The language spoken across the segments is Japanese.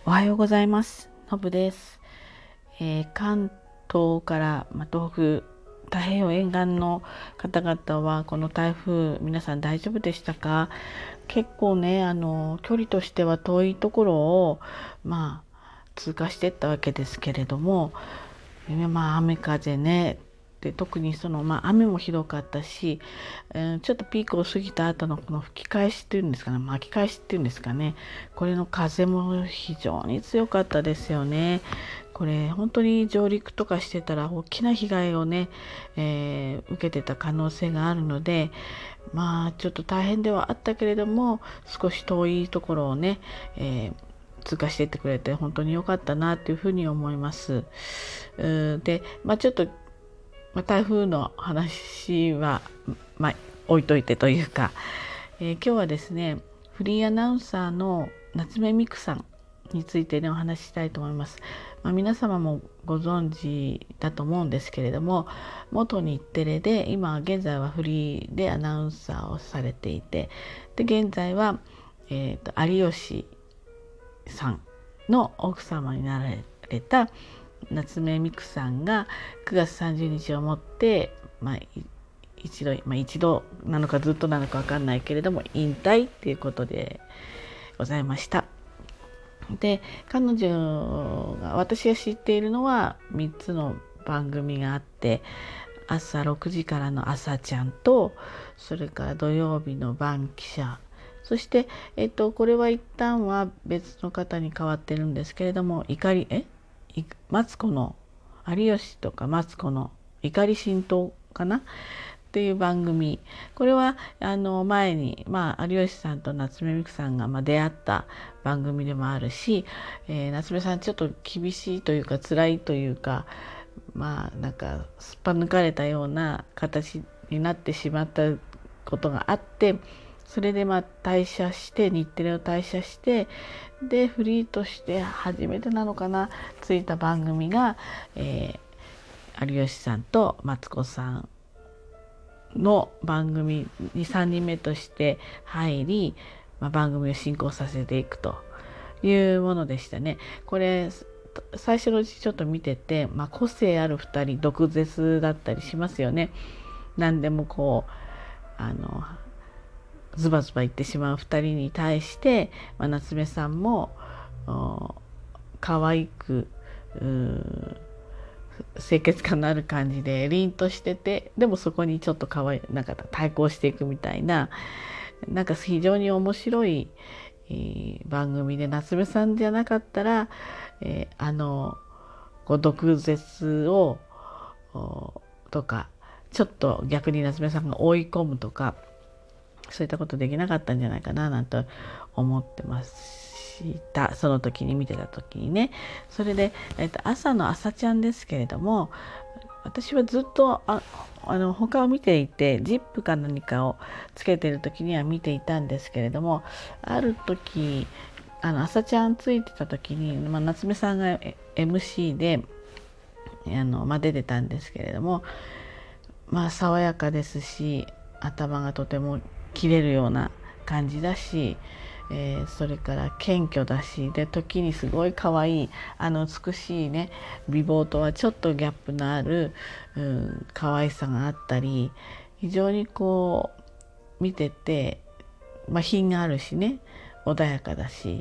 おはようございます。のぶです。関東から、東北、太平洋沿岸の方々はこの台風皆さん大丈夫でしたか？結構ね、距離としては遠いところを通過していったわけですけれども、雨風ね、で特に雨もひどかったし、ちょっとピークを過ぎた後のこの吹き返しっていうんですかね、巻き返しっていうんですかね、これの風も非常に強かったですよね。これ本当に上陸とかしてたら大きな被害をね、受けてた可能性があるので、ちょっと大変ではあったけれども、少し遠いところをね、通過していってくれて本当に良かったなというふうに思います。で、ちょっと、台風の話は、置いといてというか、今日はですね、フリーアナウンサーの夏目美久さんについてねお話ししたいと思います。皆様もご存知だと思うんですけれども、元日テレで今現在はフリーでアナウンサーをされていて、で現在は、有吉さんの奥様になられた夏目美久さんが9月30日をもって、一度なのかずっとなのか分かんないけれども引退っていうことでございました。で、彼女が、私が知っているのは3つの番組があって、朝6時からの朝ちゃんと、それから土曜日の晩記者、そして、これは一旦は別の方に変わってるんですけれども、マツコの、有吉とかマツコの怒り浸透かなっていう番組。これは前に、有吉さんと夏目美久さんが出会った番組でもあるし、夏目さんちょっと厳しいというか辛いというか、なんかすっぱ抜かれたような形になってしまったことがあって、それで退社して、日テレを退社して、でフリーとして初めてなのかな、ついた番組が、有吉さんとマツコさんの番組に3人目として入り、番組を進行させていくというものでしたね。これ最初のうちちょっと見てて、個性ある2人、毒舌だったりしますよね。何でもこうズバズバ言ってしまう2人に対して、夏目さんも可愛く清潔感のある感じで凛としてて、でもそこにちょっと可愛いなんか対抗していくみたいな、なんか非常に面白い、番組で、夏目さんじゃなかったら、毒舌をとか、ちょっと逆に夏目さんが追い込むとか、そういったことできなかったんじゃないかななんて思ってました。その時に見てた時にね。それで、朝の朝ちゃんですけれども、私はずっと他を見ていて、ジップか何かをつけてる時には見ていたんですけれども、ある時朝ちゃんついてた時に、夏目さんがMC で出てたんですけれども、爽やかですし、頭がとても切れるような感じだし、それから謙虚だし、で時にすごい可愛い美しいね美貌とはちょっとギャップのある、可愛さがあったり、非常にこう見てて、品があるしね、穏やかだし、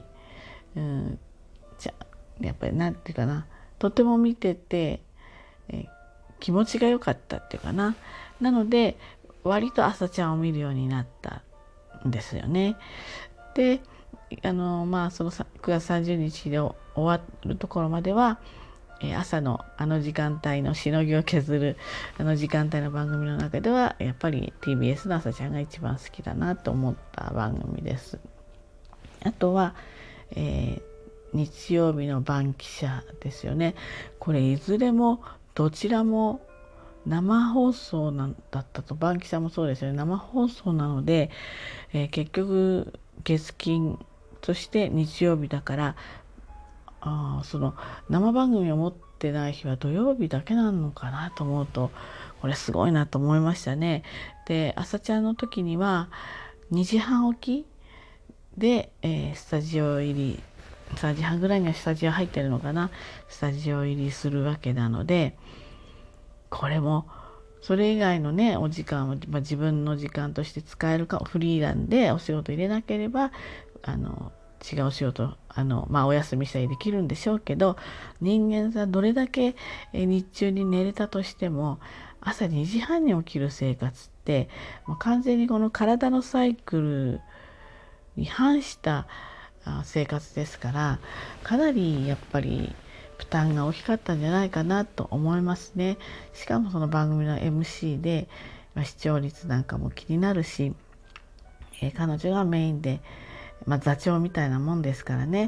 やっぱりなんていうかな、とても見てて、気持ちが良かったっていうかな。なので割と朝ちゃんを見るようになったんですよね。で、その9月30日で終わるところまでは、朝の時間帯のしのぎを削る時間帯の番組の中では、やっぱり TBS の朝ちゃんが一番好きだなと思った番組です。あとは、日曜日の晩記者ですよね。これいずれもどちらも生放送だったと、晩記者もそうですよね、生放送なので、結局月金として日曜日だから、その生番組を持ってない日は土曜日だけなのかなと思うと、これすごいなと思いましたね。で、朝ちゃんの時には2時半起きで、スタジオ入り 3時半ぐらいにはスタジオ入ってるのかな、スタジオ入りするわけなので、これもそれ以外のねお時間は、自分の時間として使えるか、フリーランでお仕事入れなければ違う仕事お休みしたりできるんでしょうけど、人間さどれだけ日中に寝れたとしても朝2時半に起きる生活ってもう完全にこの体のサイクルに反した生活ですから、かなりやっぱり負担が大きかったんじゃないかなと思いますね。しかもその番組の MC で、視聴率なんかも気になるし、彼女がメインで、座長みたいなもんですからね、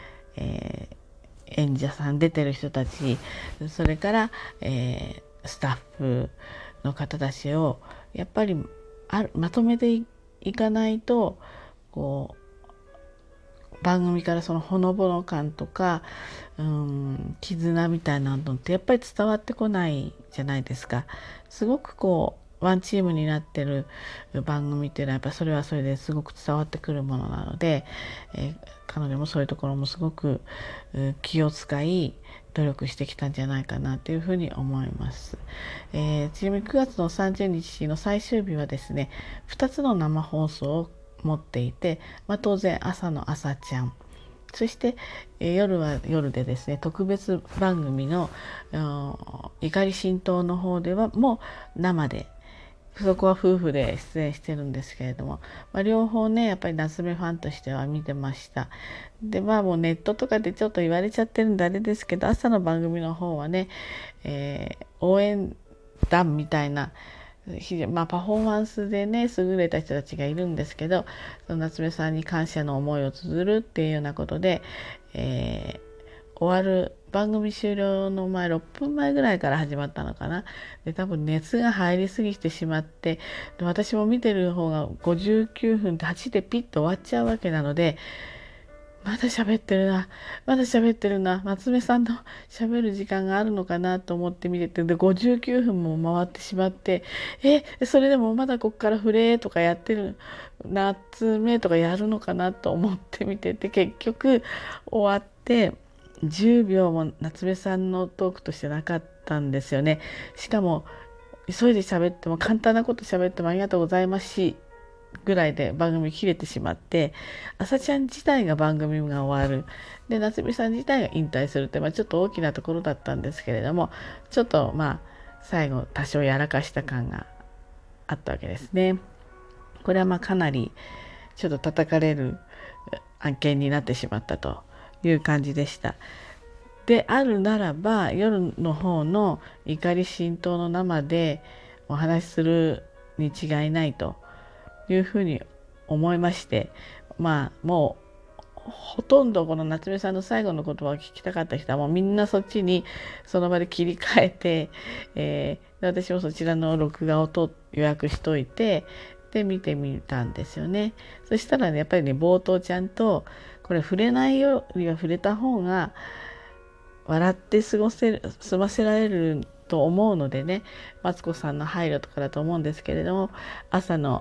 演者さん出てる人たち、それから、スタッフの方たちをやっぱりまとめていかないと、こう番組からそのほのぼの感とか絆みたいなのってやっぱり伝わってこないじゃないですか。すごくワンチームになってる番組っていうのはやっぱそれはそれですごく伝わってくるものなので、彼女もそういうところもすごく気を使い努力してきたんじゃないかなというふうに思います。ちなみに9月の30日の最終日はですね、2つの生放送を持っていて、当然朝の朝ちゃん、そして、夜は夜でですね、特別番組の怒り心頭の方ではもう生で、そこは夫婦で出演してるんですけれども、両方ねやっぱり夏目ファンとしては見てました。でもうネットとかでちょっと言われちゃってるんであれですけど、朝の番組の方はね、応援団みたいなパフォーマンスでね優れた人たちがいるんですけど、その夏目さんに感謝の思いを綴るっていうようなことで、終わる番組終了の6分前ぐらいから始まったのかな。で多分熱が入りすぎてしまって、で私も見てる方が59分って8でピッと終わっちゃうわけなので、まだ喋ってるな、夏目さんの喋る時間があるのかなと思って見てて、で59分も回ってしまって、それでもまだこっからフレーとかやってる、夏目とかやるのかなと思って見てて、結局終わって10秒も夏目さんのトークとしてなかったんですよね。しかも急いで喋っても、簡単なこと喋ってもありがとうございますしぐらいで番組切れてしまって、朝ちゃん自体が番組が終わる、で夏美さん自体が引退するって、ちょっと大きなところだったんですけれども、ちょっと最後多少やらかした感があったわけですね。これはかなりちょっと叩かれる案件になってしまったという感じでした。であるならば夜の方の怒り心頭の生でお話しするに違いないというふうに思いまして、もうほとんどこの夏目さんの最後の言葉を聞きたかった人はもうみんなそっちにその場で切り替えて、で私もそちらの録画を予約しといて、で見てみたんですよね。そしたらねやっぱりね冒頭ちゃんとこれ触れないよりは触れた方が笑って済ませられると思うのでね、マツコさんの配慮とかだと思うんですけれども、朝の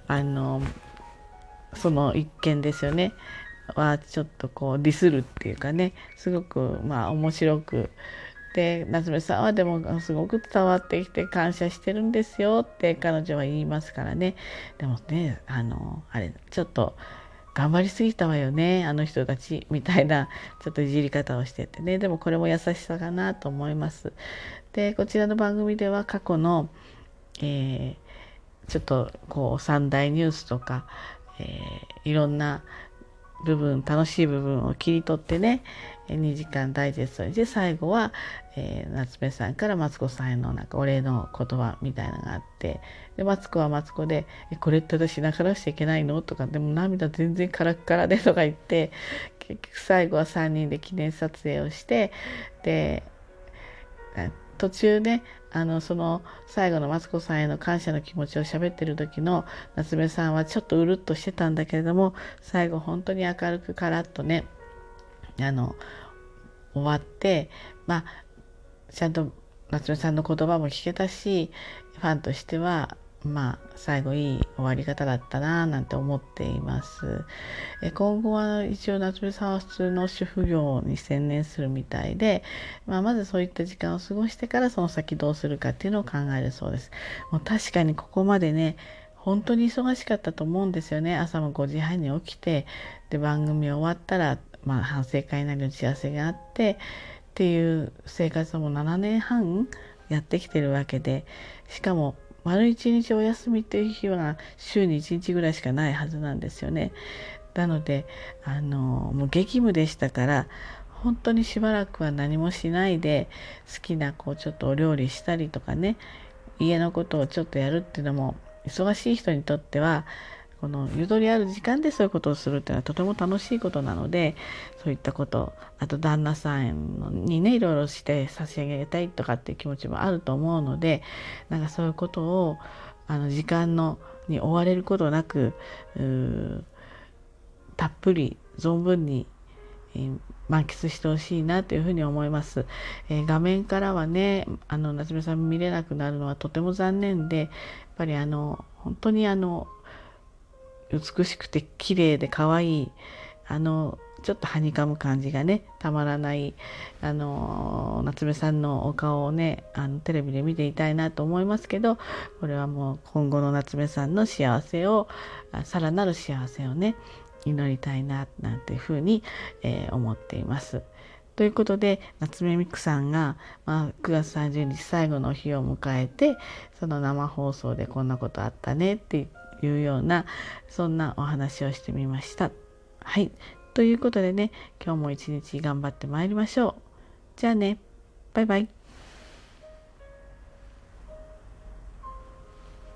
その一件ですよねはちょっとディスるっていうかね、すごく面白く、で夏目さんはでもすごく伝わってきて感謝してるんですよって彼女は言いますからね。でもねあれちょっと頑張りすぎたわよねあの人たちみたいなちょっといじり方をしててね、でもこれも優しさかなと思います。でこちらの番組では過去の、ちょっと三大ニュースとか、いろんな楽しい部分を切り取ってね2時間ダイジェストで、最後は、夏目さんからマツコさんへのお礼の言葉みたいなのがあって、でマツコはマツコでこれって私泣かなくちゃいけないのとか、でも涙全然カラッカラでとか言って、結局最後は3人で記念撮影をして、で途中ねその最後のマツコさんへの感謝の気持ちを喋ってる時の夏目さんはちょっとうるっとしてたんだけれども、最後本当に明るくカラッとね終わって、ちゃんと夏目さんの言葉も聞けたし、ファンとしては最後いい終わり方だったななんて思っています。今後は一応夏目さんは普通の主婦業に専念するみたいで、まずそういった時間を過ごしてからその先どうするかっていうのを考えるそうです。もう確かにここまでね、本当に忙しかったと思うんですよね。朝も5時半に起きて、で番組終わったら、反省会なり打ち合わせがあってっていう生活をもう7年半やってきてるわけで、しかも丸一日お休みっていう日は週に1日ぐらいしかないはずなんですよね。なのでもう激務でしたから、本当にしばらくは何もしないで好きなちょっとお料理したりとかね、家のことをちょっとやるっていうのも、忙しい人にとってはこのゆとりある時間でそういうことをするっていうのはとても楽しいことなので、そういったこと、あと旦那さんにねいろいろして差し上げたいとかっていう気持ちもあると思うので、そういうことを時間に追われることなくたっぷり存分に満喫してほしいなというふうに思います。画面からはね夏目さん見れなくなるのはとても残念で、やっぱり本当に美しくて綺麗で可愛いちょっとはにかむ感じがねたまらない夏目さんのお顔をねテレビで見ていたいなと思いますけど、これはもう今後の夏目さんの幸せをさらなる幸せをね祈りたいななんていうふうに、思っています。ということで夏目みくさんが、9月30日最後の日を迎えて、その生放送でこんなことあったねっていうようなそんなお話をしてみました。はい、ということでね、今日も一日頑張ってまいりましょう。じゃあね、バイバイ。